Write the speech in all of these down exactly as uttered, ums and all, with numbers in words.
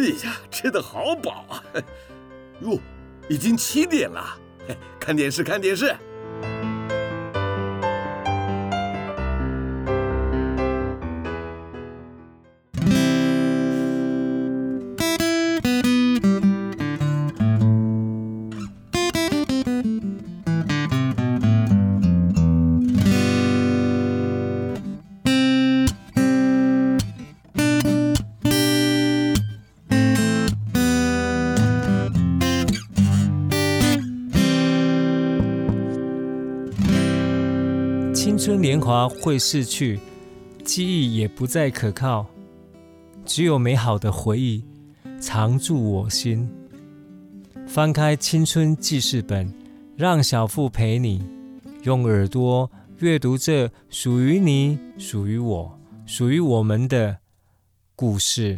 呀，吃得好饱啊！哟，已经七点了，看电视看电视。 青春年华会逝去，记忆也不再可靠，只有美好的回忆藏住我心。翻开青春记事本，让小富陪你，用耳朵阅读这属于你、属于我、属于我们的故事。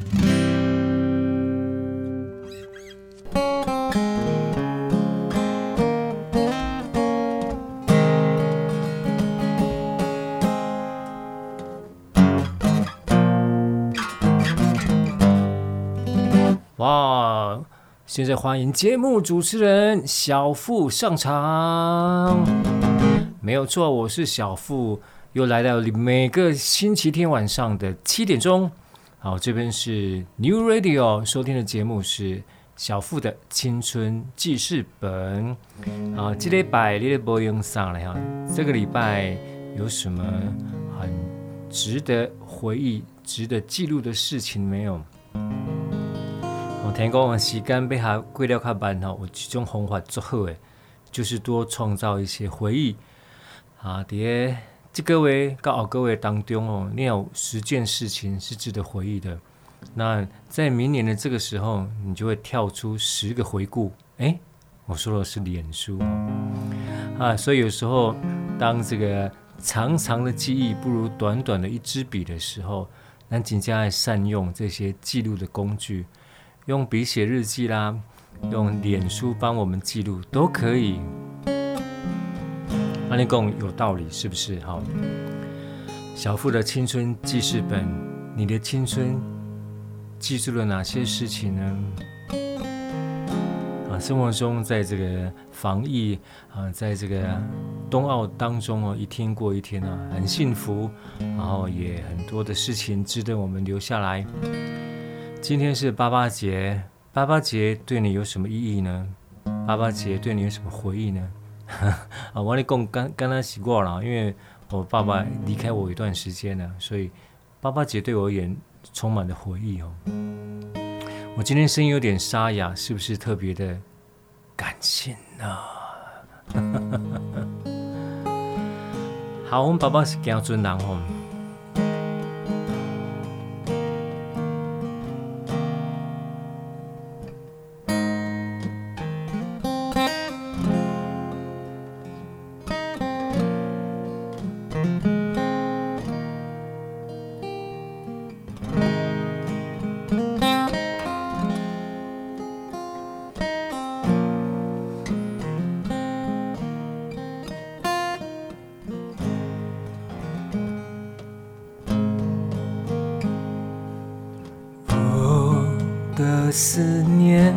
哇！现在欢迎节目主持人小富上场。没有错，我是小富，又来到每个星期天晚上的七点钟。好，这边是 New Radio 收听的节目是小富的青春记事本。啊，这礼拜你的播音上来哈，这个礼拜有什么很值得回忆、值得记录的事情没有？我听讲时间比较过了较慢吼，有一种方法最好的，就是多创造一些回忆啊。在这个月到后个月当中哦，你有十件事情是值得回忆的。那在明年的这个时候，你就会跳出十个回顾。哎，我说的是脸书啊，所以有时候当这个长长的记忆不如短短的一支笔的时候，咱真正要善用这些记录的工具。用笔写日记啦，用脸书帮我们记录都可以。安利讲有道理，是不是？好，小富的青春记事本，你的青春记住了哪些事情呢？啊，生活中在这个防疫啊，在这个冬奥当中哦，一天过一天啊，很幸福，然后也很多的事情值得我们留下来。今天是八八节，八八节对你有什么意义呢？八八节对你有什么回忆呢？啊，我跟你讲，刚刚才是我啦，因为我爸爸离开我一段时间了，所以八八节对我而言充满了回忆哦。我今天声音有点沙哑，是不是特别的感性呢？好，我们爸爸是江尊人哦。思念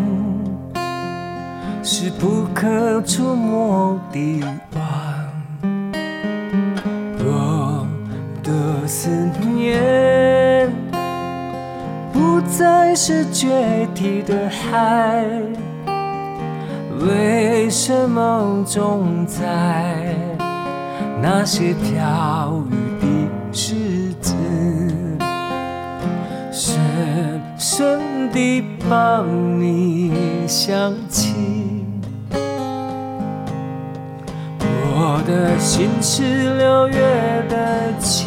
是不可触摸的网，我的思念不再是决堤的海，为什么总在那些飘雨的日子深深地把你想起？我的心是六月的晴，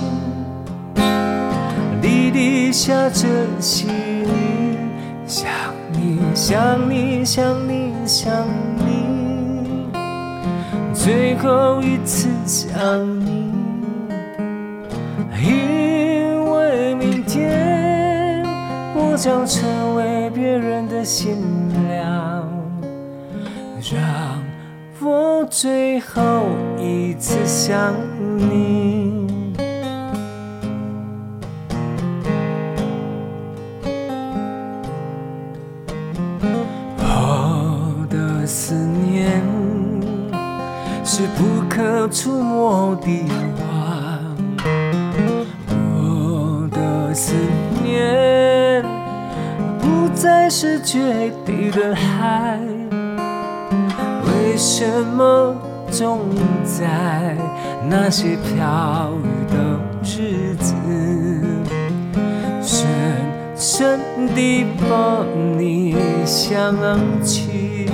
滴滴下着细雨，想你想你想你想你，最后一次想你，因为明天我将成为别人的新娘，让我最后一次想你。 触摸的网，我的思念不再是决堤的海，为什么总在那些飘雨的日子，深深地把你想起？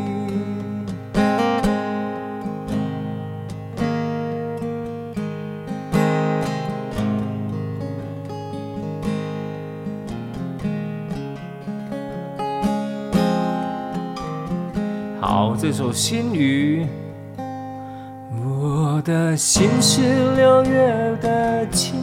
好，这首《心语》。我的心是六月的晴，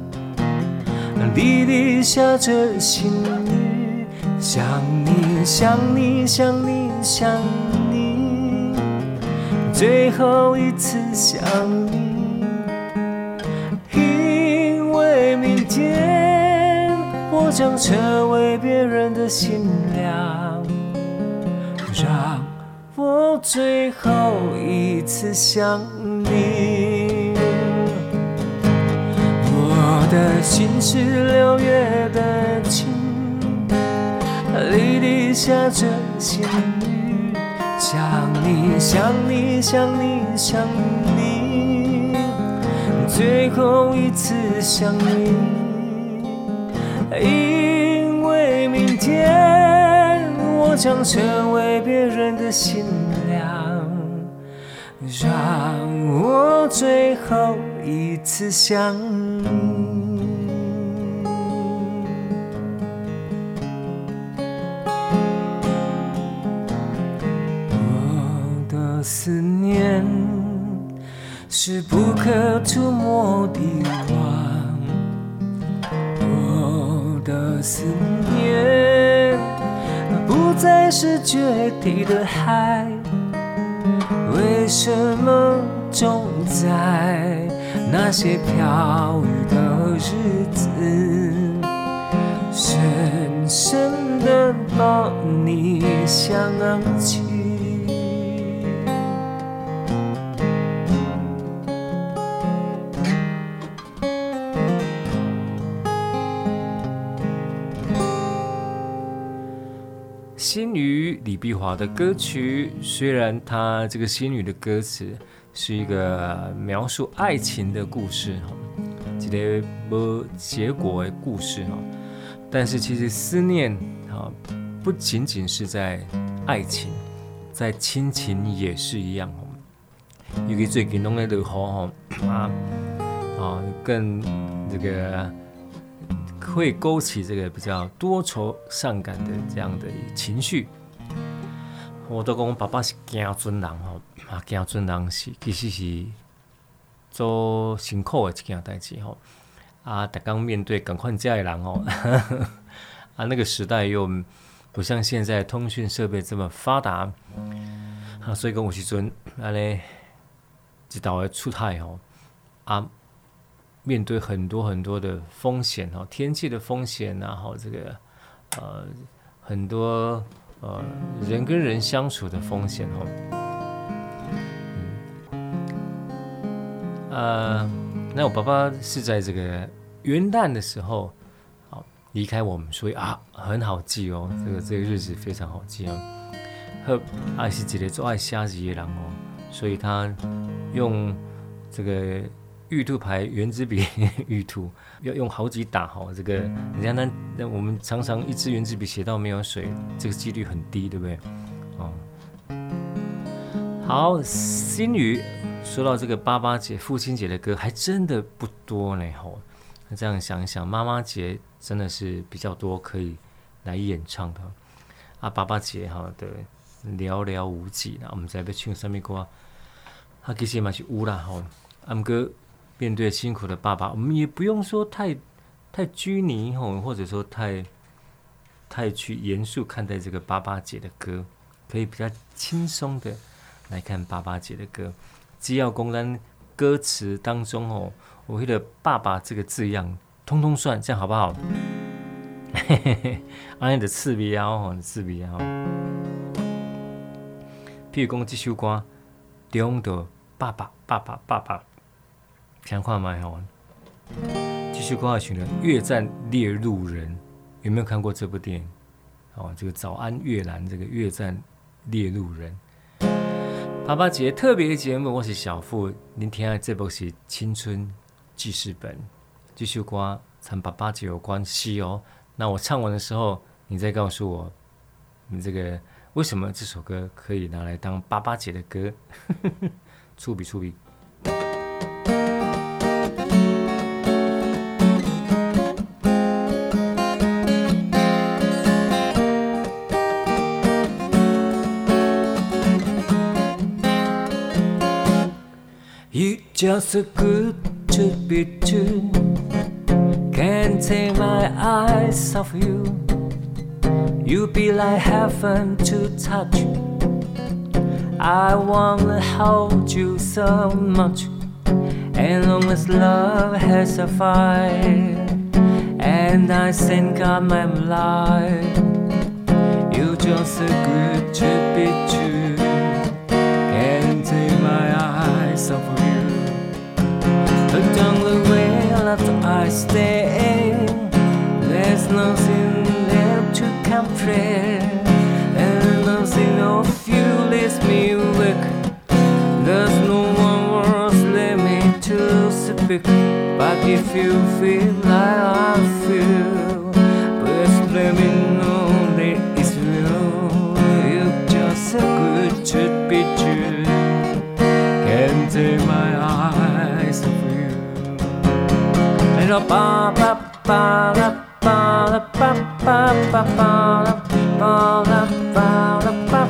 沥沥下着心雨，想你想你想你想你，最后一次想你，因为明天我将成为别人的新娘，让我最后一次想你。我的心是六月的晴，沥沥下着心雨，想你想你想你想你，最后一次想你，因为明天我将成为别人的新娘，让我最后一次想你。我的思念是不可触摸的网，我的思念不再是决堤的海，为什么总在那些飘雨的日子，深深地把你想起？心语，李碧华的歌曲，虽然他这个心语的歌词是一个描述爱情的故事，一个没结果的故事，但是其实思念不仅仅是在爱情，在亲情也是一样。尤其最近都在落雨啊啊，更这个会勾起这个比较多愁善感的这样的情绪。我都讲我爸爸是行船人吼，啊，行船人是其实是做辛苦的一件代志吼。啊，逐天面对同款这样的人吼，啊，那个时代又不像现在通讯设备这么发达，啊，所以讲有时阵安尼一道的出海吼，啊。面对很多很多的风险哈，天气的风险，然后这个呃很多呃人跟人相处的风险哈，嗯，呃，那我爸爸是在这个元旦的时候好离开我们，所以啊很好记哦，这个这个日子非常好记哦。和爱是一个做爱虾子的人哦，所以他用这个。玉兔牌原子笔玉兔要用好几打哈，这个人家那那我们常常一支原子笔写到没有水，这个几率很低，对不对？哦，好，心语说到这个爸爸节、父亲节的歌还真的不多呢吼。那这样想一想，妈妈节真的是比较多可以来演唱的啊，爸爸节哈的寥寥无几啦，我们在要唱什么歌？啊，其实嘛是有啦吼，啊不过。面对辛苦的爸爸，我们也不用说太太拘泥吼，或者说太太去严肃看待这个爸爸节的歌，可以比较轻松的来看爸爸节的歌。只要讲咱歌词当中哦，我觉得“爸爸”这个字样，通通算，这样好不好？嘿嘿嘿，安尼就刺鼻啊吼，刺鼻啊吼。譬如讲这首歌，中岛爸爸爸爸爸爸，听看麦吼。继续讲下去呢，《越战猎鹿人》有没有看过这部电影？哦，这个早安越南，这个越战猎鹿人。爸爸节特别节目，我是小富，您听的这部是青春记事本，这首歌跟爸爸节有关系哦。那我唱完的时候，你再告诉我，你这个为什么这首歌可以拿来当爸爸节的歌？触笔触笔。You just so good to be true. Can't take my eyes off you. You be like heaven to touch. I wanna hold you so much. As long as love has a fire, and I think I'm alive. You just so good to be true. Can't take my eyes off you. Look down the way left I stay. There's nothing left to compare, and nothing of you leaves me weak. There's no one words let me to speak, but if you feel like I feel, please let me know that it's real. You're just so good to be true. Can't take my eyes off you. Little ba ba ba ba ba ba ba ba ba ba ba ba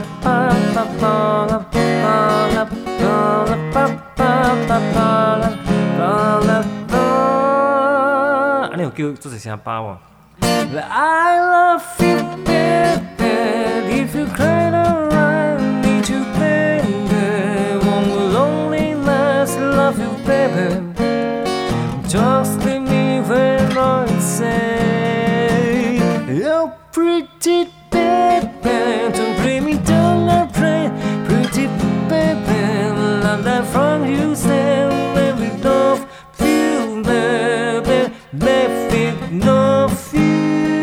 ba。 安尼有叫做一声包啊。I love you, baby. If you cry, I need you, baby. One lonely night, love you, baby. Just leave me when I say, oh, pretty baby, don't bring me down, I pray. Pretty baby, love that from you, say, let me love you, baby, let me love you.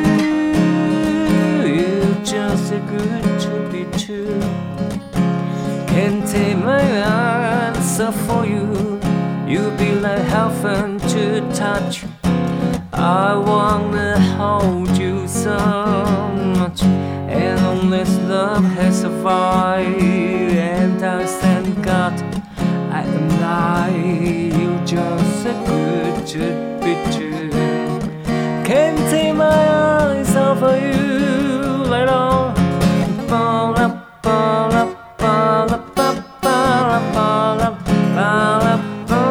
You're just so good to be true. Can't take my answer for you. You be like heaven to touch. I wanna hold you so much, and unless love has survived, and I thank God I am alive. You just so good to be true. Can't take my eyes off of you, right on. Fall up, fall up, fall up, fall up, fall up, fall up, fall up.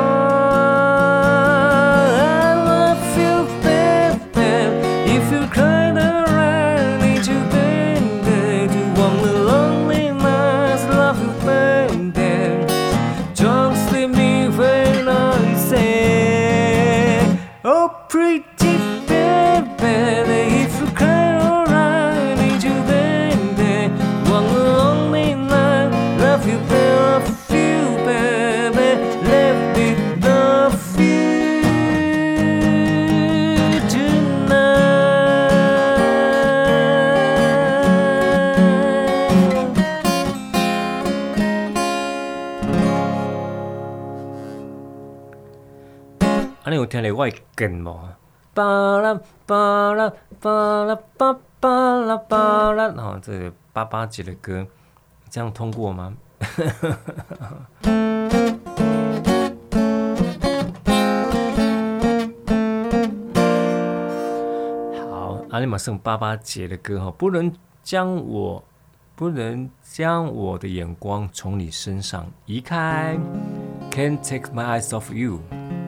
安尼有听到我的梗无？巴拉巴拉巴拉巴巴拉巴拉，哦，这个八八节的歌，这样通过吗？好，阿里马剩八八节的歌哈，不能将我不能将我的眼光从你身上移开 ，Can't take my eyes off you。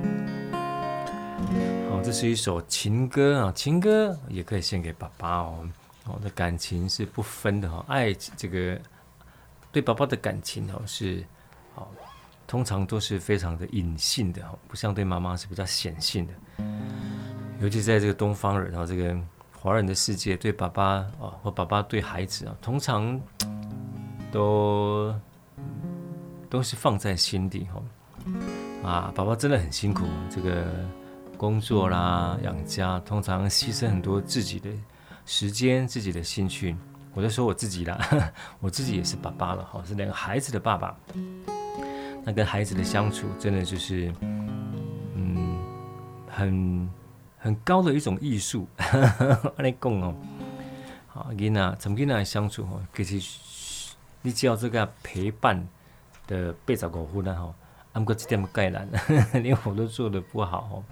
好，这是一首情歌啊，情歌也可以献给爸爸哦。我的感情是不分的哈，爱这个对爸爸的感情哦是哦，通常都是非常的隐性的哈，不像对妈妈是比较显性的。尤其在这个东方人啊，这个华人的世界，对爸爸啊或爸爸对孩子啊，通常都都是放在心底哈。啊，爸爸真的很辛苦，这个工作啦、养家，通常牺牲很多自己的时间、自己的兴趣。我在说我自己啦，我自己也是爸爸了哈，是两个孩子的爸爸。那跟孩子的相处，真的就是，嗯，很很高的一种艺术。安尼讲哦，好，囡仔从囡仔的相处哦，其实你只要这个陪伴的八十五分啦吼，啊，不过这点盖难，连我都做得不好哦。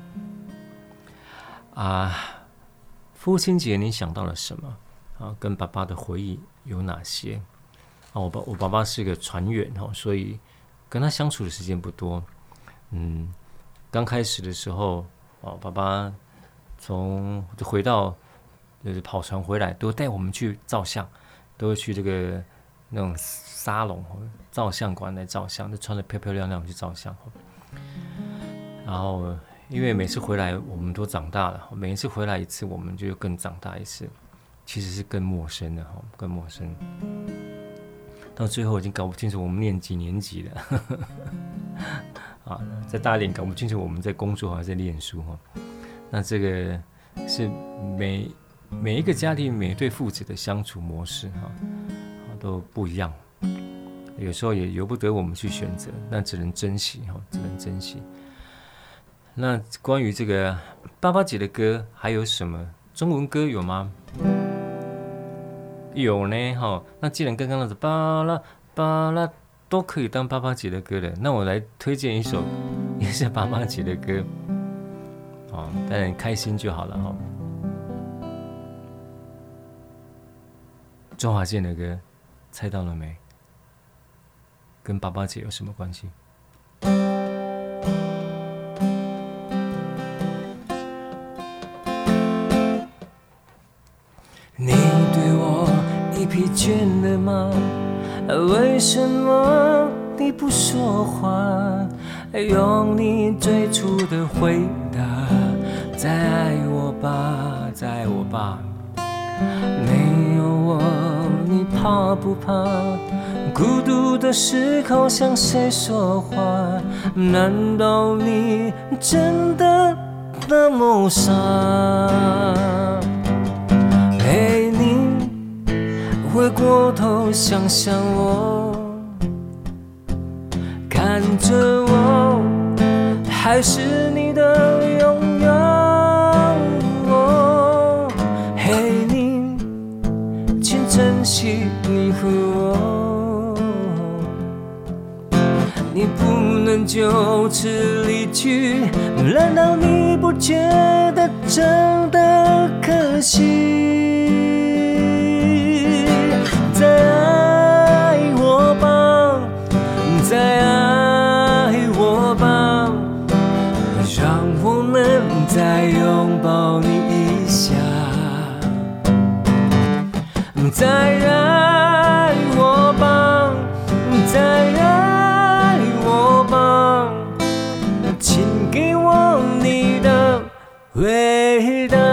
啊，父亲节你想到了什么？啊，跟爸爸的回忆有哪些？啊，我爸我爸爸是个船员哦，所以跟他相处的时间不多。嗯，刚开始的时候，哦，爸爸从就回到就是跑船回来，都带我们去照相，都会去这个那种沙龙照相馆来照相，就穿得漂漂亮亮去照相。然后因为每次回来我们都长大了，每一次回来一次，我们就更长大一次。其实是更陌生的，更陌生。到最后已经搞不清楚我们念几年级了，啊，再大一点搞不清楚我们在工作还是在念书哈。那这个是每每一个家庭每一对父子的相处模式哈，都不一样。有时候也由不得我们去选择，那只能珍惜哈，只能珍惜。那关于这个爸爸节的歌还有什么？中文歌有吗？有呢，哈。那既然刚刚那是巴拉巴拉都可以当爸爸节的歌了，那我来推荐一首也是爸爸节的歌，哦，当然开心就好了哈。周华健的歌，猜到了没？跟爸爸节有什么关系？你对我已疲倦了吗？为什么你不说话？用你最初的回答，再爱我吧，再爱我吧。没有我，你怕不怕？孤独的时候向谁说话？难道你真的那么傻？陪你回过头想想我，看着我，还是你的拥有。嘿，你，请珍惜你和我，你不能就此离去，难道你不觉得真的可惜？再爱我吧，再爱我吧，让我们再拥抱你一下。再爱我吧，再爱我吧，请给我你的回答。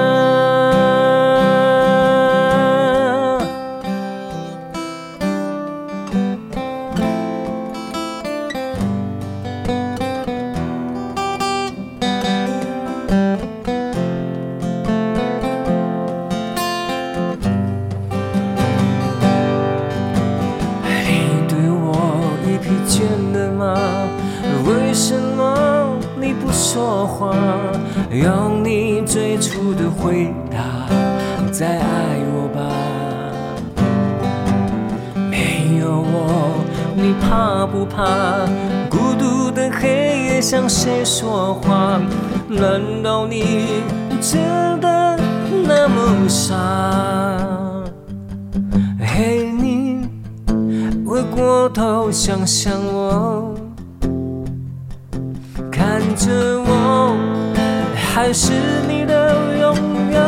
说话，用你最初的回答，再爱我吧。没有我，你怕不怕？孤独的黑夜向谁说话？难道你真的那么傻？嘿，你回过头想想我，看着我，还是你的拥有。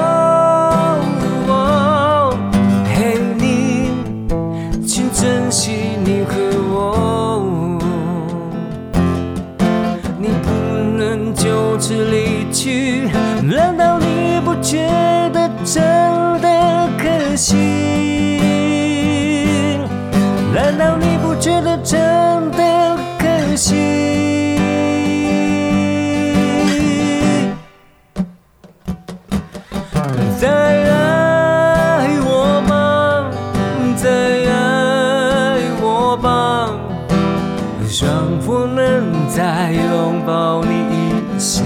嘿，你，请珍惜你和我，你不能就此离去，难道你不觉得真的可惜？难道你不觉得真的再爱我吧，再爱我吧，让我能再拥抱你一下。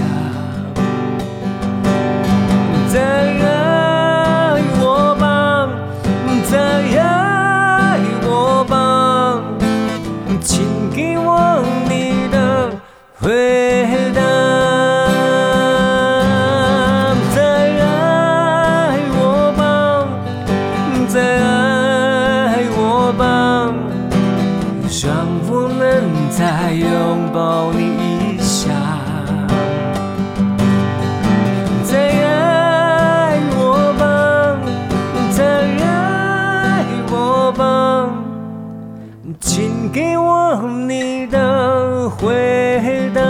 再爱我吧，再爱我吧，请给我你的回答。再爱我吧，再爱我吧，让我能再拥抱你一下。再爱我吧，再爱我吧，请给我你的回答。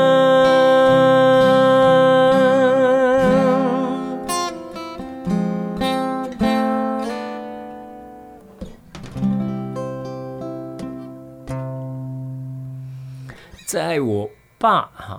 在我爸哈，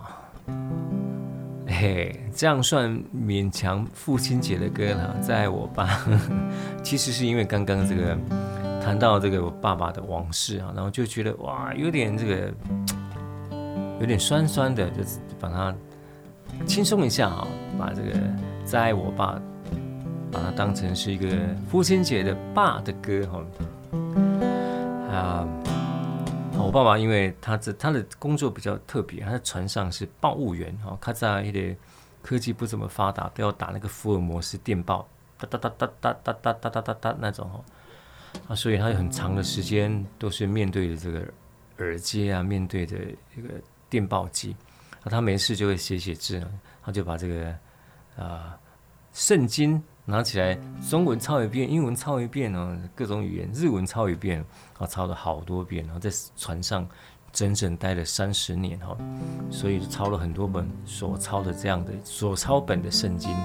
嘿，这样算勉强父亲节的歌了。在我爸，其实是因为刚刚这个谈到这个我爸爸的往事啊，然后就觉得哇，有点这个有点酸酸的，就把它轻松一下哈，把这个在我爸把它当成是一个父亲节的爸的歌哈啊。我爸爸因为他这他的工作比较特别，他在船上是报务员哈，他在一些科技不怎么发达，都要打那个福尔摩斯电报，哒哒哒哒哒哒哒哒哒哒哒那种哈，啊，所以他有很长的时间都是面对着这个耳机啊，面对着这个电报机，啊，他没事就会写写字，他就把这个啊圣经拿起来，中文抄一遍，英文抄一遍哦，各种语言，日文抄一遍，啊，抄了好多遍，然后在船上整整待了三十年哈，所以抄了很多本所抄的这样的所抄本的圣经，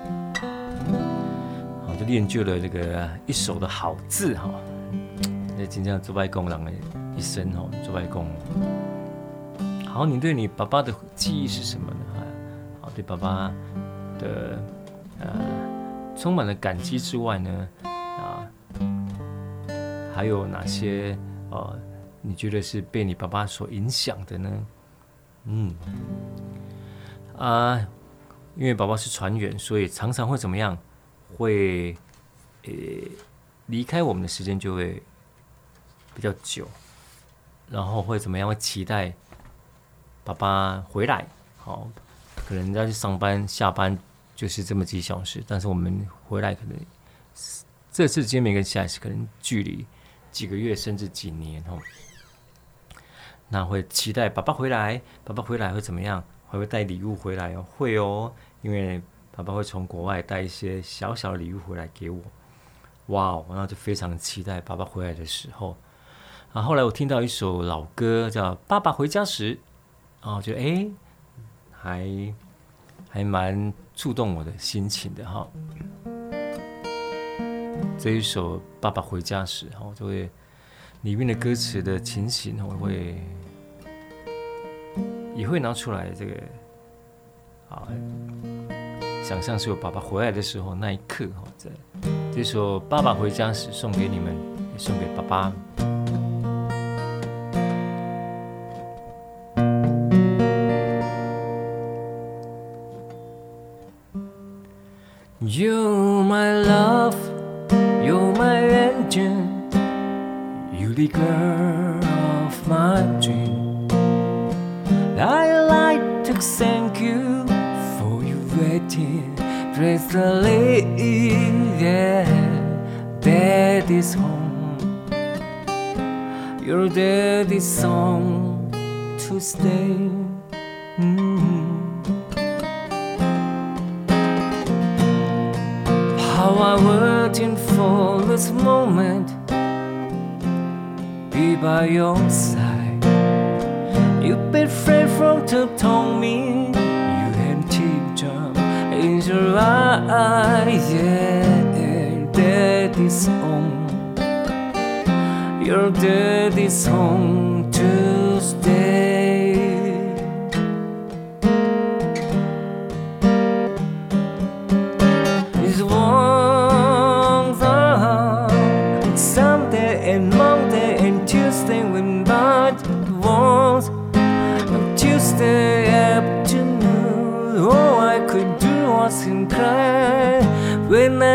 好，就练就了这个一手的好字哈。那今天做外公人的一生哈，做外公。好，你对你爸爸的记忆是什么呢？好，对爸爸的呃。充满了感激之外呢，啊，还有哪些呃，你觉得是被你爸爸所影响的呢？嗯，啊，因为爸爸是船员，所以常常会怎么样？会呃离开我们的时间就会比较久，然后会怎么样？会期待爸爸回来，好，可能要去上班、下班。就是这么几小时，但是我们回来可能这次见面跟下一次可能距离几个月甚至几年哦。那会期待爸爸回来，爸爸回来会怎么样？会不会带礼物回来哦？会哦，因为爸爸会从国外带一些小小的礼物回来给我。哇哦，然后就非常期待爸爸回来的时候。啊，后来我听到一首老歌叫《爸爸回家时》，啊，我觉得哎，还还蛮触动我的心情的哈。这一首《爸爸回家时》哈，就会里面的歌词的情形，我会也会拿出来这个啊，想象是我爸爸回来的时候那一刻哈。这这首《爸爸回家时》送给你们，也送给爸爸。You're my love, you're my engine, you're the girl of my dream. I'd like to thank you for your waiting patiently. Yeah, daddy's home. Your daddy's song to stay. Mm-hmm. How I waiting for this moment, be by your side. You've been free from to told me you had teardrop in your eyes. Yeah, daddy's home. Your daddy's home to stay. It's one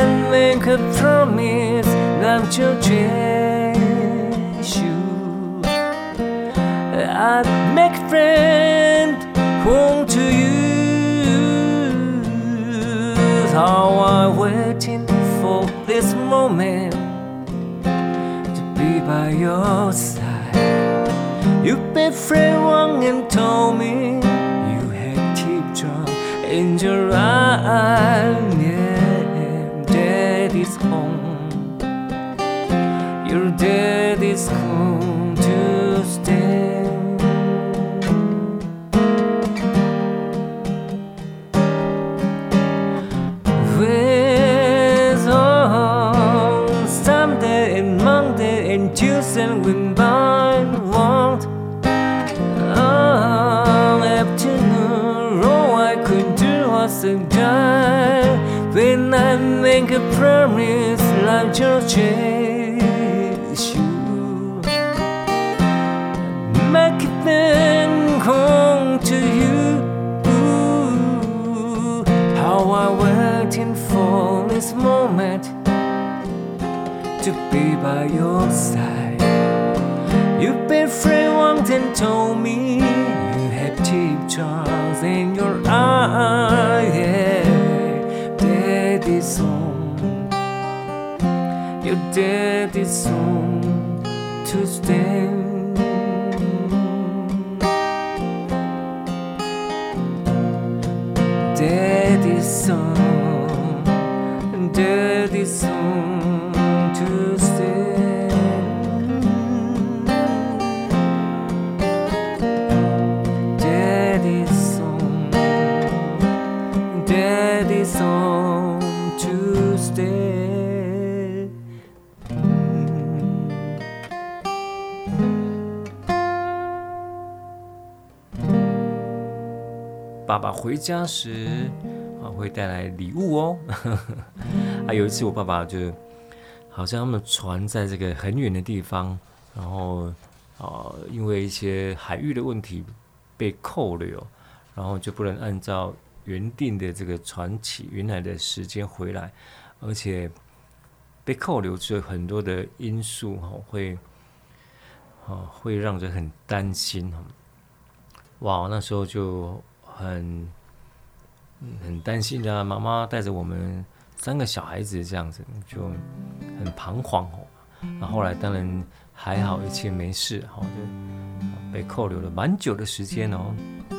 I make a promise, 让就结束。I make a friend home to you. How I'm waiting for this moment to be by your side. You've been friend wrong and told me you had teardrops in your eyes. Yeah, daddy's home. Your daddy's home to stay. With on Sunday and Monday and Tuesday when I want all afternoon, all I could do was a die. When I make a promise, like your chase you, make it then home to you. How I'm waiting for this moment to be by your side. You've been friend once and told me you had teardrops in your eyes. Yeah, daddy's home. Your daddy's home to stay. Daddy's home, daddy's home to stay. Daddy's home, daddy's home to stay. 爸爸回家时啊，会带来礼物哦。啊，有一次我爸爸就好像他们船在这个很远的地方，然后啊，因为一些海域的问题被扣留，然后就不能按照原定的这个船期原来的时间回来，而且被扣留之后很多的因素哈，会啊会让人很担心哈。哇，那时候就很很担心的、啊，妈妈带着我们三个小孩子这样子，就很彷徨哦。那后来当然还好，一切没事，哈，就被扣留了蛮久的时间哦。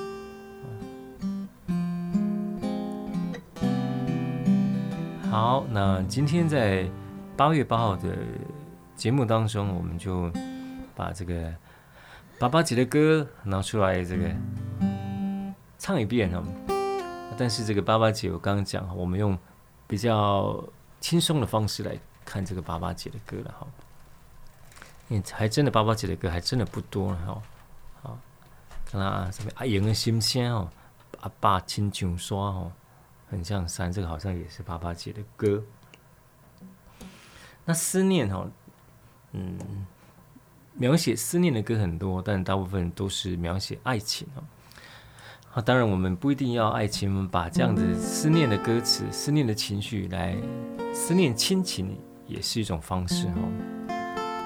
好，那今天在八月八号的节目当中，我们就把这个爸爸节的歌拿出来，这个唱一遍哦。但是这个爸爸节，我刚刚讲，我们用比较轻松的方式来看这个爸爸节的歌了哈。因为还真的爸爸节的歌还真的不多哈。好，看他什么阿莹的心声哦，阿爸亲像山哦，很像山，这个好像也是爸爸节的歌。那思念哈，嗯，描写思念的歌很多，但大部分都是描写爱情哦。啊，当然我们不一定要爱情，我们把这样子思念的歌词、思念的情绪来思念亲情，也是一种方式哦。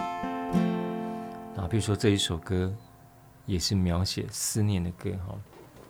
啊，比如说这一首歌，也是描写思念的歌哈。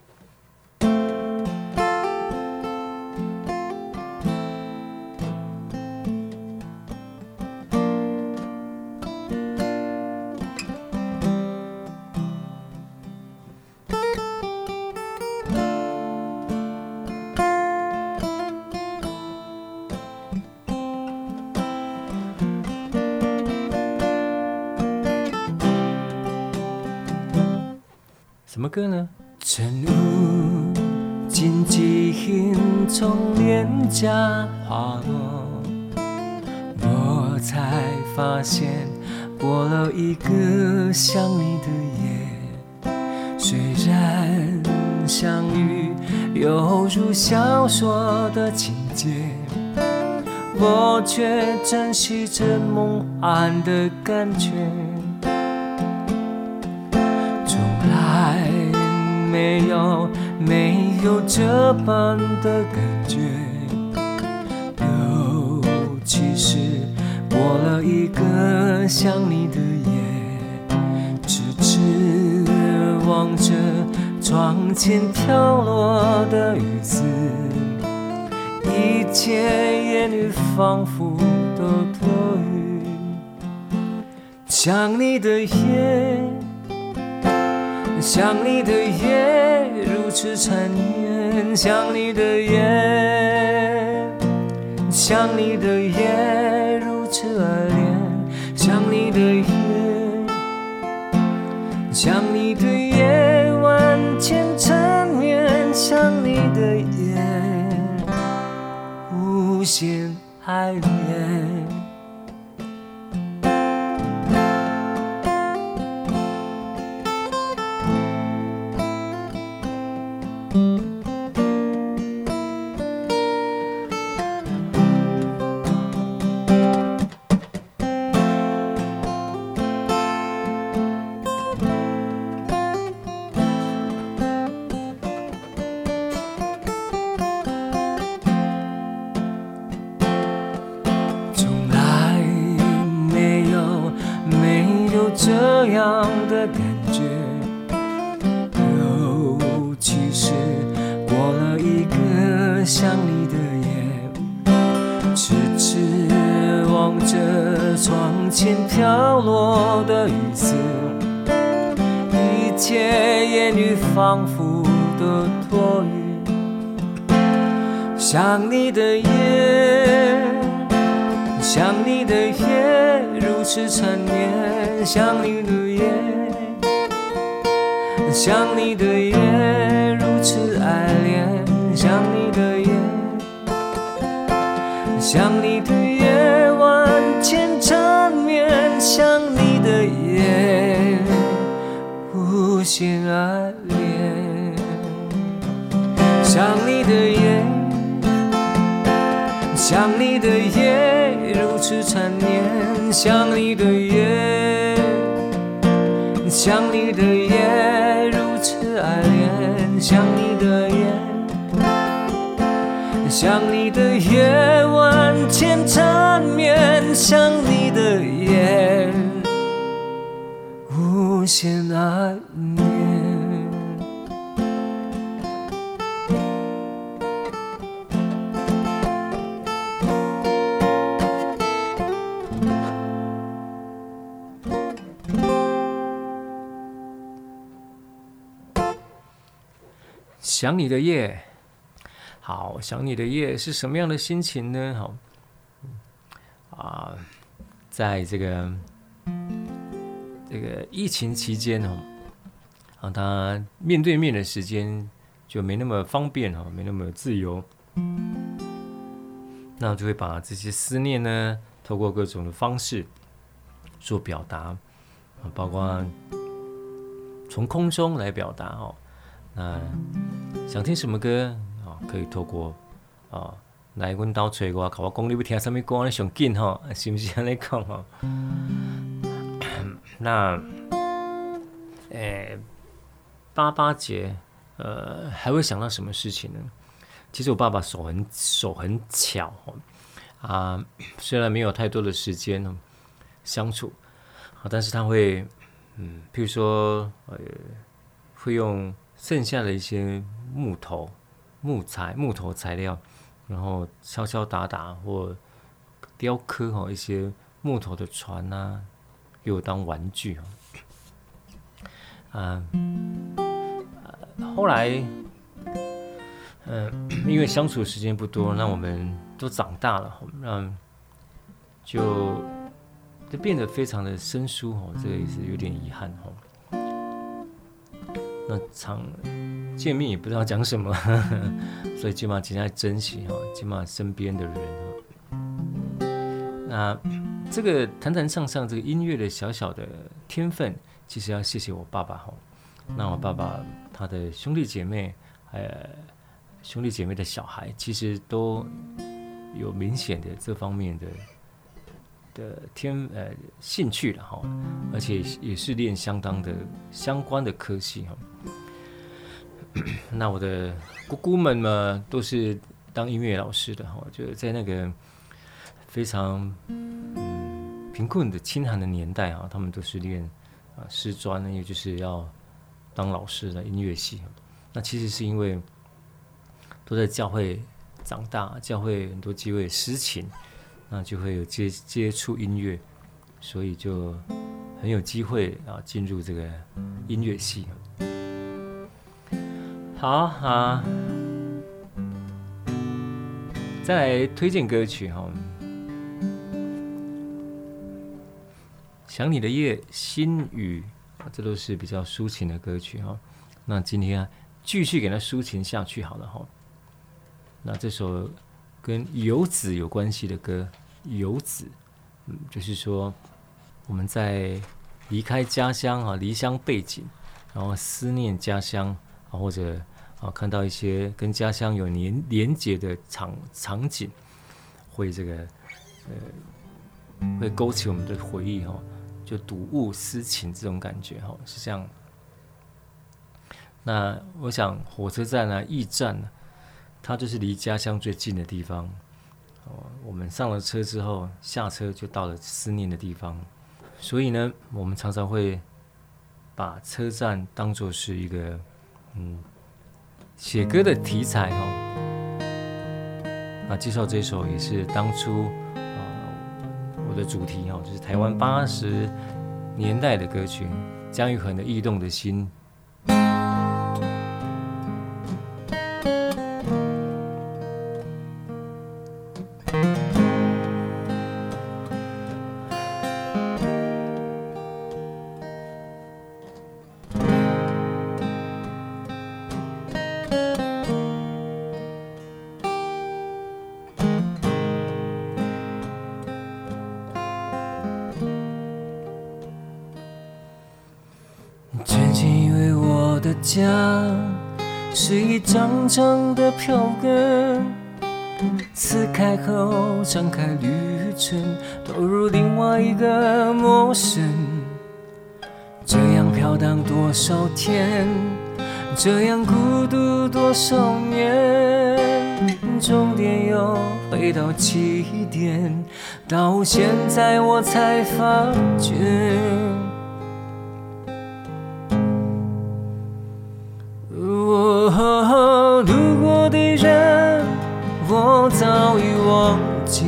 什么歌呢？晨雾静寂hình从脸颊滑落，我才发现过了一个想你的夜。虽然相遇犹如小说的情节，我却珍惜着梦幻的感觉。没有没有这般的感觉，有一个想你的夜，痴痴望着窗前飘落的雨丝，一切言语仿佛都多余。想你的夜，想你的夜，如此缠绵。想你的夜，想你的夜，如此爱恋。想你的夜，想你的夜，万千缠绵。想你的夜，无限爱恋。这样的感觉，尤其是过了一个想你的夜，痴痴望着窗前飘落的雨丝，一切言语仿佛都多余。想你的夜，想你的夜，如此缠绵。想你的夜，想你的夜，如此爱恋。想你的夜，想你的夜，万千缠绵。想你的夜，无限爱恋。想你的夜，想你的夜，如此缠绵。想你的夜，想你的夜，如此爱恋。想你的夜，想你的夜，万千缠绵。想你的夜，无限爱恋。想你的夜，好，想你的夜是什么样的心情呢？好，啊，在这个这个疫情期间哦，啊，他面对面的时间就没那么方便哦，没那么自由，那我就会把这些思念呢，透过各种的方式做表达，包括从空中来表达哦。那想听什么歌啊？可以透过啊来阮兜找我，甲我讲你要听什么歌，你上紧吼，是不是安尼讲吼？那诶，八八节，呃，还会想到什么事情呢？其实我爸爸手很手很巧哦，啊，虽然没有太多的时间相处，啊，但是他会，嗯，譬如说，呃，会用剩下的一些木头、木材、木头材料，然后敲敲打打或雕刻哈一些木头的船啊，给我当玩具啊。后来，嗯、呃，因为相处的时间不多，那我们都长大了，那就就变得非常的生疏哦，这个也是有点遗憾哦。那常见面也不知道讲什么，呵呵，所以起码尽量珍惜哈，起码身边的人哈。那这个谈谈上上这个音乐的小小的天分，其实要谢谢我爸爸哈。那我爸爸他的兄弟姐妹，呃，兄弟姐妹的小孩，其实都有明显的这方面的的天呃兴趣了哈，而且也是练相当的相关的科系哈。那我的姑姑们呢，都是当音乐老师的哈，就在那个非常嗯贫困的清寒的年代啊，他们都是练啊师专，因为就是要当老师的音乐系。那其实是因为都在教会长大，教会很多机会诗情，那就会有接接触音乐，所以就很有机会啊进入这个音乐系。好啊，再来推荐歌曲哈，想你的夜、心雨，这都是比较抒情的歌曲哈。那今天啊，继续给它抒情下去好了哈。那这首跟游子有关系的歌，游子，嗯，就是说我们在离开家乡啊，离乡背井，然后思念家乡啊，或者啊看到一些跟家乡有连连结的场场景，会这个呃会勾起我们的回忆哈，就睹物思情这种感觉哈，是这样。那我想火车站啊、驿站啊，它就是离家乡最近的地方。哦，我们上了车之后，下车就到了思念的地方。所以呢，我们常常会把车站当作是一个嗯写歌的题材哈。那介绍这首也是当初啊我的主题哈，就是台湾八十年代的歌曲，姜育恒的《驿动的心》。 曾经以为我的家是一张张的票根，撕开后展开旅程，投入另外一个陌生。这样飘荡多少天，这样孤独多少年，终点又回到起点，到现在我才发觉。我路过的人，我早已忘记；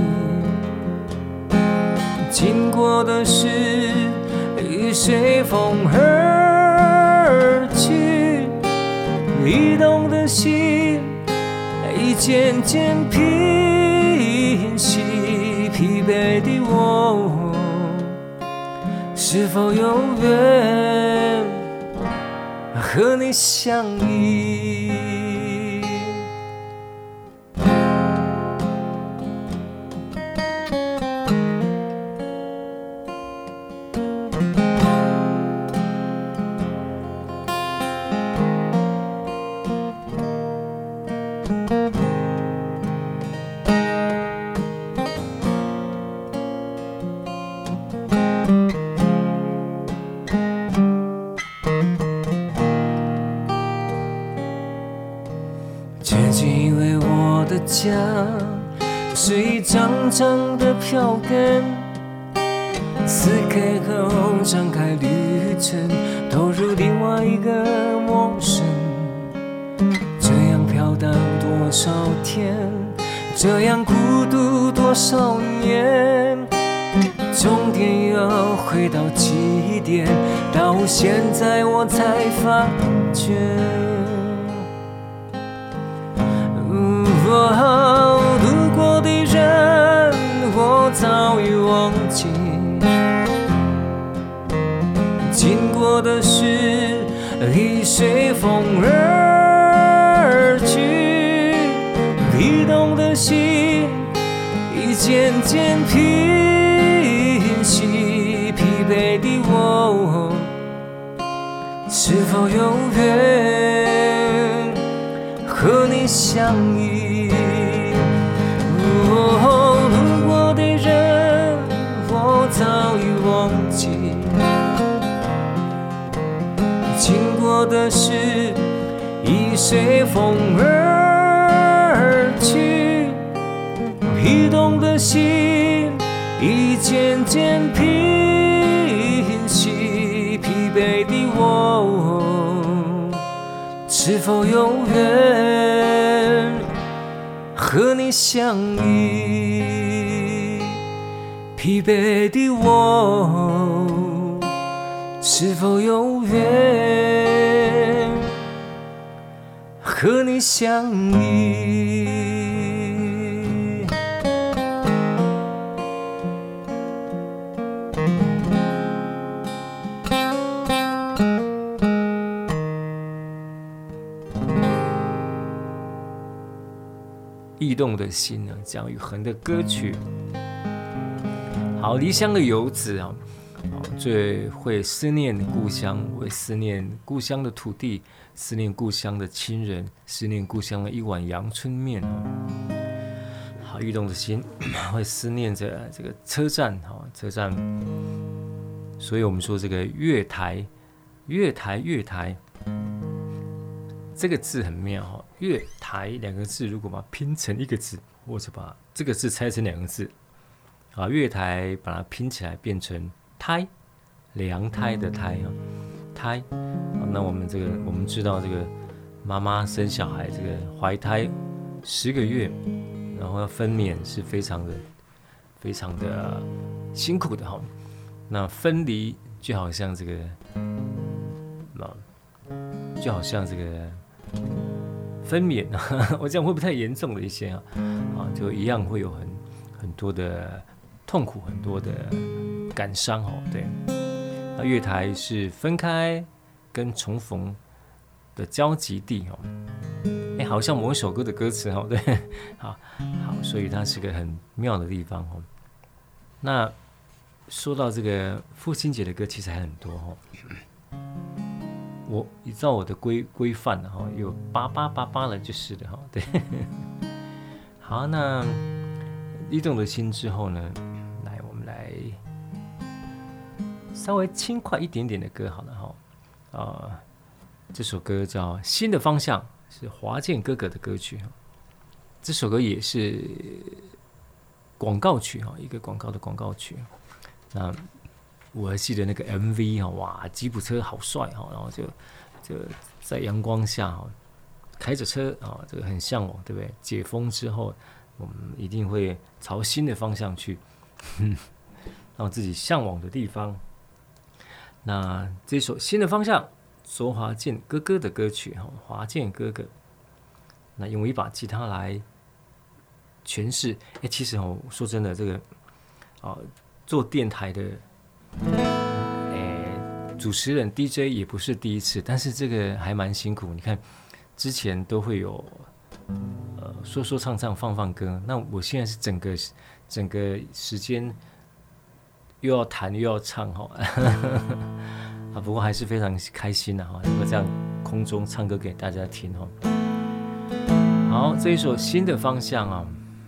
经过的事，已随风而去。移动的心，已渐渐平息。疲惫的我，是否有缘和你相依？曾经以为我的家是一张张的票根，撕开后展开旅程，投入另外一个陌生。这样飘荡多少天，这样孤独多少年，终点又回到起点，到现在我才发觉。哦，路过的人，我早已忘记；经过的事，已随风而去。移动的心，已渐渐平息。疲惫的我，是否有缘和你相依？哦，路过的人，我早已忘记；经过的事，已随风而去。移动的心， 已渐渐平息，疲惫的我，是否永远和你相依？疲惫的我，是否永远和你相依？异动的心呢，姜育恒的歌曲。好，离乡的游子啊，最会思念故乡，会思念故乡的土地，思念故乡的亲人，思念故乡的一碗阳春面。好，异动的心会思念着这个车站，车站。所以我们说这个月台，月台，月台。这个字很妙哈，月台两个字，如果把它拼成一个字，或者把这个字拆成两个字，啊，月台把它拼起来变成胎，凉胎的胎啊，胎。啊，那我们这个我们知道这个妈妈生小孩，这个怀胎十个月，然后要分娩是非常的非常的辛苦的哈。那分离就好像这个，就好像这个。分娩，我这样会不会太严重了一些啊？啊，就一样会有很很多的痛苦，很多的感伤哦。对，那月台是分开跟重逢的交集地哦。哎，好像某一首歌的歌词哦，对，好，好，所以它是个很妙的地方哦。那说到这个父亲节的歌，其实还很多哦。我依照我的规规范哈，有八八八八了就是的哈，对。好，那异动的心之后呢，来我们来稍微轻快一点点的歌好了哈。呃，这首歌叫《新的方向》，是华健哥哥的歌曲。这首歌也是广告曲哈，一个广告的广告曲。那我还记得那个 M V 哈，哇，吉普车好帅哈，然后就就在阳光下哈，开着车啊，这个很向往，对不对？解封之后，我们一定会朝新的方向去，让自己向往的地方。那这首新的方向，周华健哥哥的歌曲哈，华健哥哥，那用一把吉他来诠释。哎，其实哦，说真的，这个啊，做电台的。欸、主持人 D J 也不是第一次，但是这个还蛮辛苦。你看，之前都会有呃说说唱唱放放歌，那我现在是整个整个时间又要弹又要唱哈，啊，不过还是非常开心的哈，能够这样空中唱歌给大家听哈。好，这一首新的方向啊。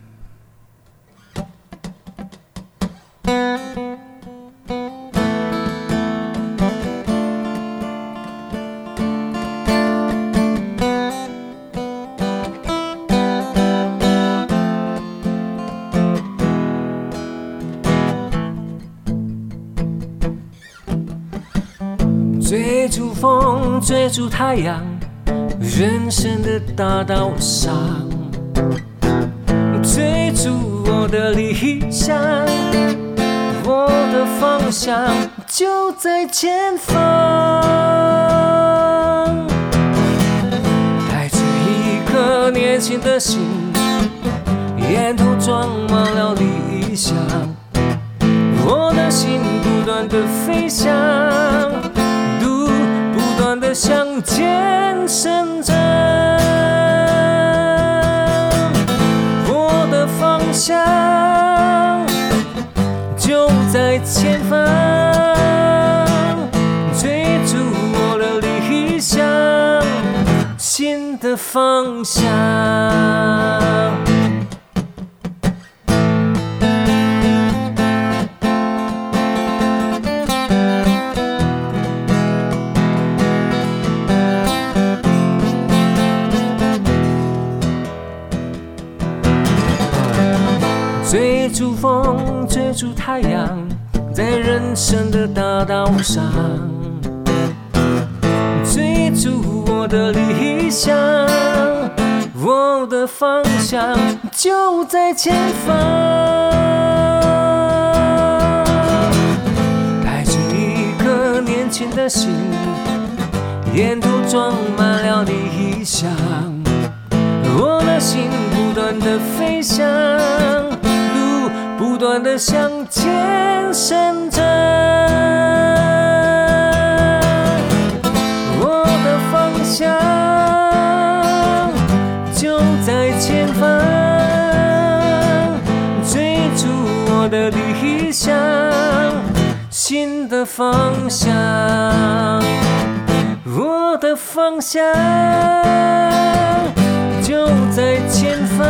追逐风，追逐太阳，人生的大道上，追逐我的理想，我的方向就在前方。带着一颗年轻的心，沿途装满了理想，我的心不断的飞翔。不断的向前伸展，我的方向就在前方，追逐我的理想，新的方向。追逐风，追出太阳，在人生的大道上，追逐我的理想，我的方向就在前方。带着一颗年轻的心，沿途装满了理想，我的心不断的飞翔，路不断的向前伸展，我的方向就在前方，追逐我的理想，新的方向，我的方向就在前方，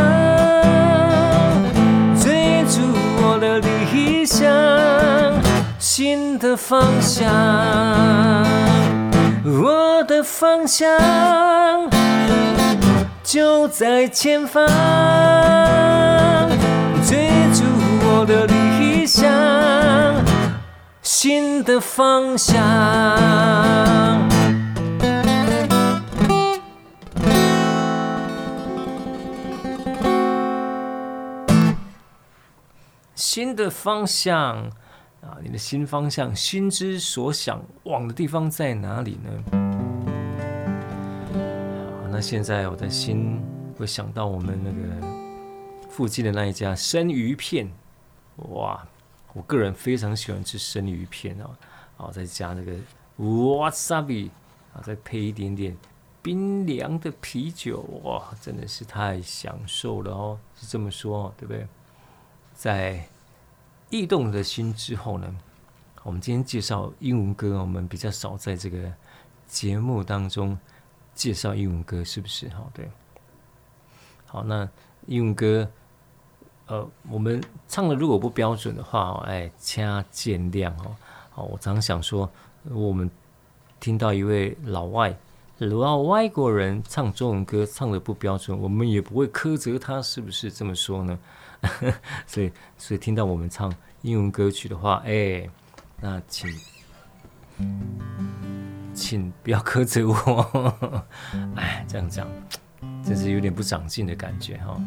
追逐我的理想，新的方向，我的方向就在前方，追逐我的理想，新的方向。新的方向啊，你的新方向，心之所想往的地方在哪里呢？好，那现在我的心会想到我们那个附近的那一家生鱼片，哇，我个人非常喜欢吃生鱼片啊，啊，再加那个 wasabi 啊，再配一点点冰凉的啤酒，哇，真的是太享受了哦，是这么说，对不对？在异动的心之后呢，我们今天介绍英文歌，我们比较少在这个节目当中介绍英文歌，是不是？好，对，好，那英文歌，呃，我们唱的如果不标准的话，哎，请见谅哦。好，我常想说，我们听到一位老外、老外国人唱中文歌唱的不标准，我们也不会苛责他，是不是这么说呢？所以，所以听到我们唱英文歌曲的话，哎，那请，请不要苛责我。哎，这样讲，真是有点不长进的感觉哈。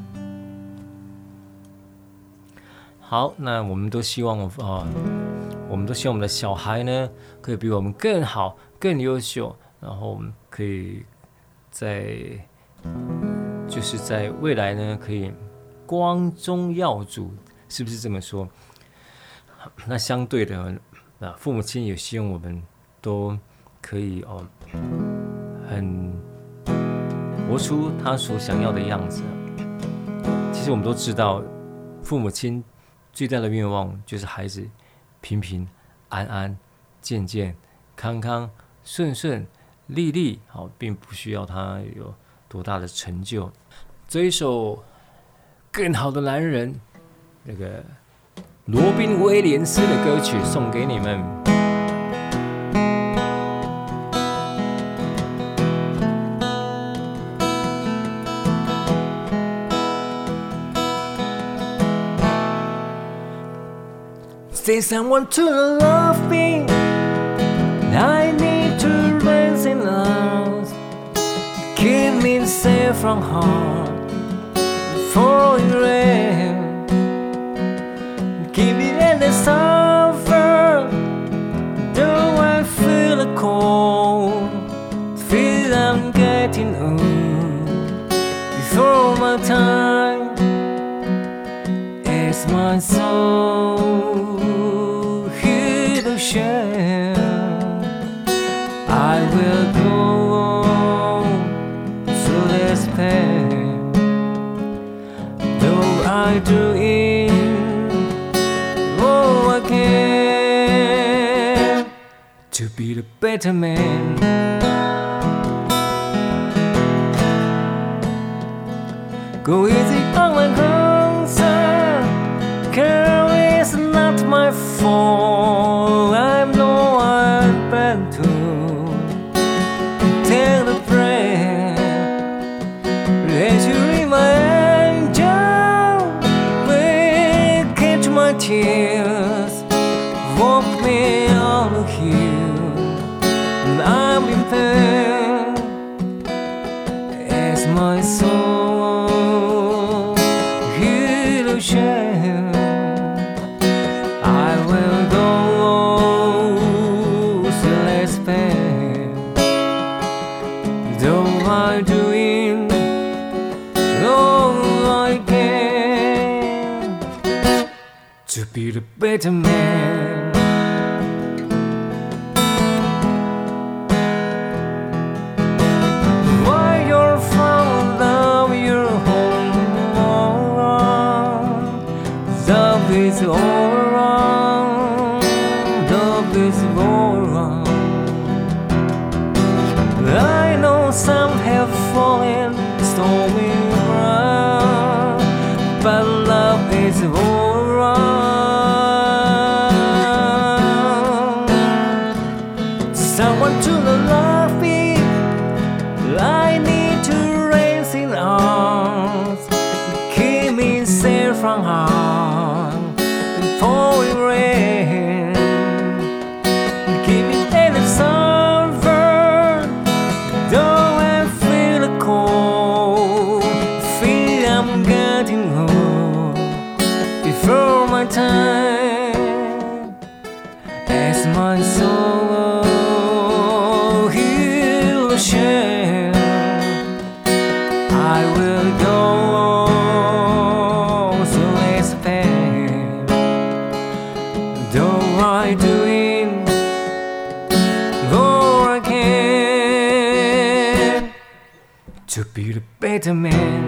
好，那我们都希望啊、呃，我们都希望我们的小孩呢，可以比我们更好、更优秀，然后我们可以在，就是在未来呢，可以光宗耀祖，是不是这么说？那相对的，那父母亲也希望我们都可以哦，很活出他所想要的样子。其实我们都知道，父母亲最大的愿望就是孩子平平安安、健健康康、顺顺利利，好，并不需要他有多大的成就。这一首更好的男人，那个罗宾威廉斯的歌曲送给你们。Say someone to love me, I need to raise in love, keep me safe from harm, for you rain, keep me in the suffer, though I feel the cold, feel I'm getting old, before my time, as my soul share, I will go on through this pain, though I do it all I can to be the better man. Go easy on my concern, care is not my fault. Tears me all of you. I'm in pain as my soul heals shame. I will go so less pain, though I'm doing all I can to be the better man. It's all wrong, love is all wrong. I know some have fallen stormy ground, but love is all wrong. Someone to love me, I need to raise in arms, keep me safe from harm. Pouring rain, keep me in the summer. Though I feel the cold, feel I'm getting old before my time. As my soul heals shame, I will go so less pain. Though I'm doing all I can to be the better man.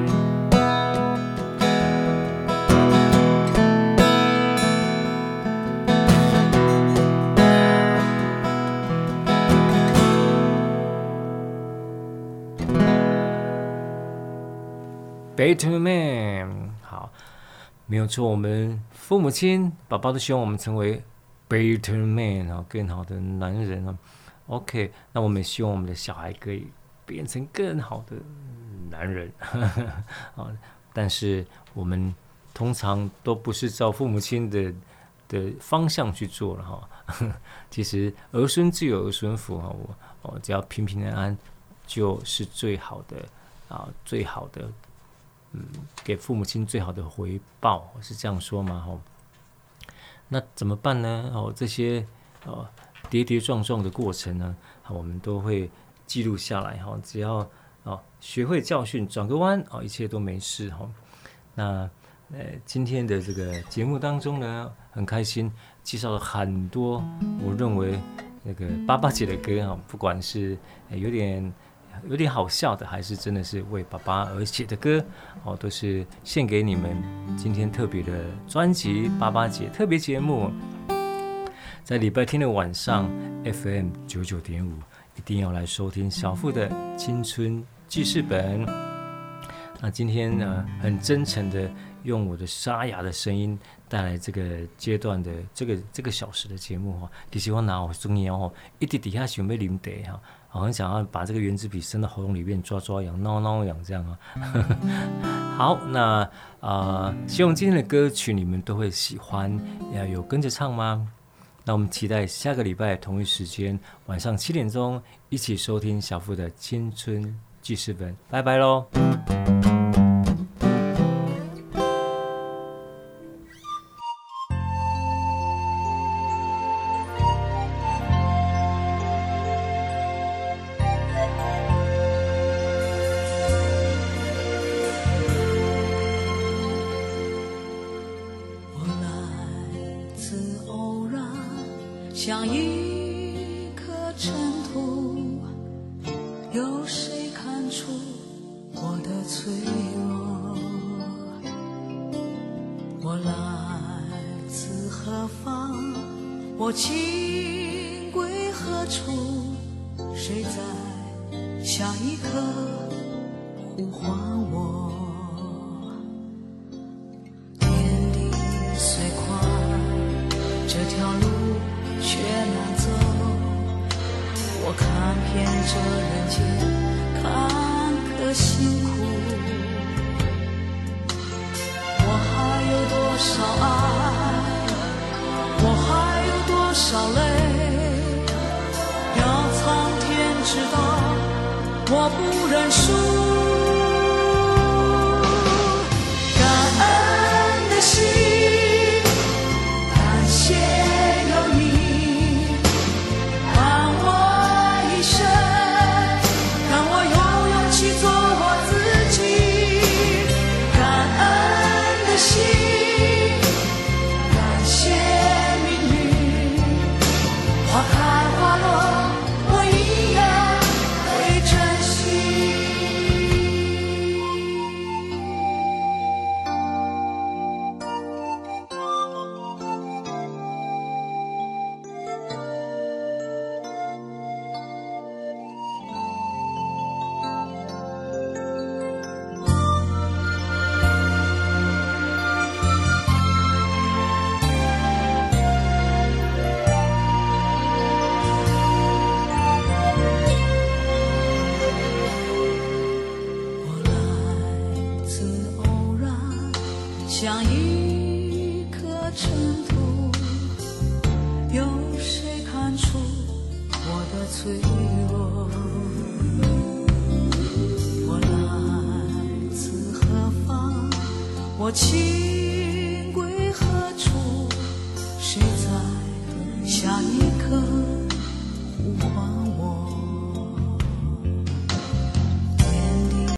Better man， 好，没有错，我们父母亲、宝宝都希望我们成为 better man 啊，更好的男人啊。OK， 那我们也希望我们的小孩可以变成更好的男人啊。但是我们通常都不是照父母亲的的方向去做了哈。其实儿孙自有儿孙福哈，我哦只要平平安安就是最好的啊，最好的。嗯，给父母亲最好的回报是这样说吗？哦，那怎么办呢？哦，这些哦跌跌撞撞的过程呢，我们都会记录下来哈。只要哦学会教训，转个弯哦，一切都没事哈。那呃，今天的这个节目当中呢，很开心介绍了很多我认为那个爸爸姐的歌哈，不管是有点。有点好笑的，还是真的是为爸爸而写的歌哦，都是献给你们。今天特别的专辑《爸爸节》特别节目，在礼拜天的晚上 F M 九九点五，一定要来收听小富的青春记事本。那今天呢，很真诚的用我的沙哑的声音带来这个阶段的这个这个小时的节目哈。其实我拿我中年哦，一直底下想要啉茶哈。好像想要把这个原子笔伸到喉咙里面抓抓痒、挠挠痒这样啊。好，那呃，希望今天的歌曲你们都会喜欢，要有跟着唱吗？那我们期待下个礼拜同一时间晚上七点钟一起收听小富的青春记事本，拜拜喽。 像一颗尘土，有谁看出我的脆弱？我来自何方？我情归何处？谁在下一刻呼唤我？天地虽宽，这条路却难走，我看遍这人间坎坷辛苦，我还有多少爱，我还有多少少泪，要苍天知道我不认输。感恩的心，感谢有你伴我一生，让我有勇气做我自己。感恩的心，感谢命运，花开花落我一样会珍惜。像一颗尘土，有谁看出我的脆弱？我来自何方？我情归何处？谁在下一刻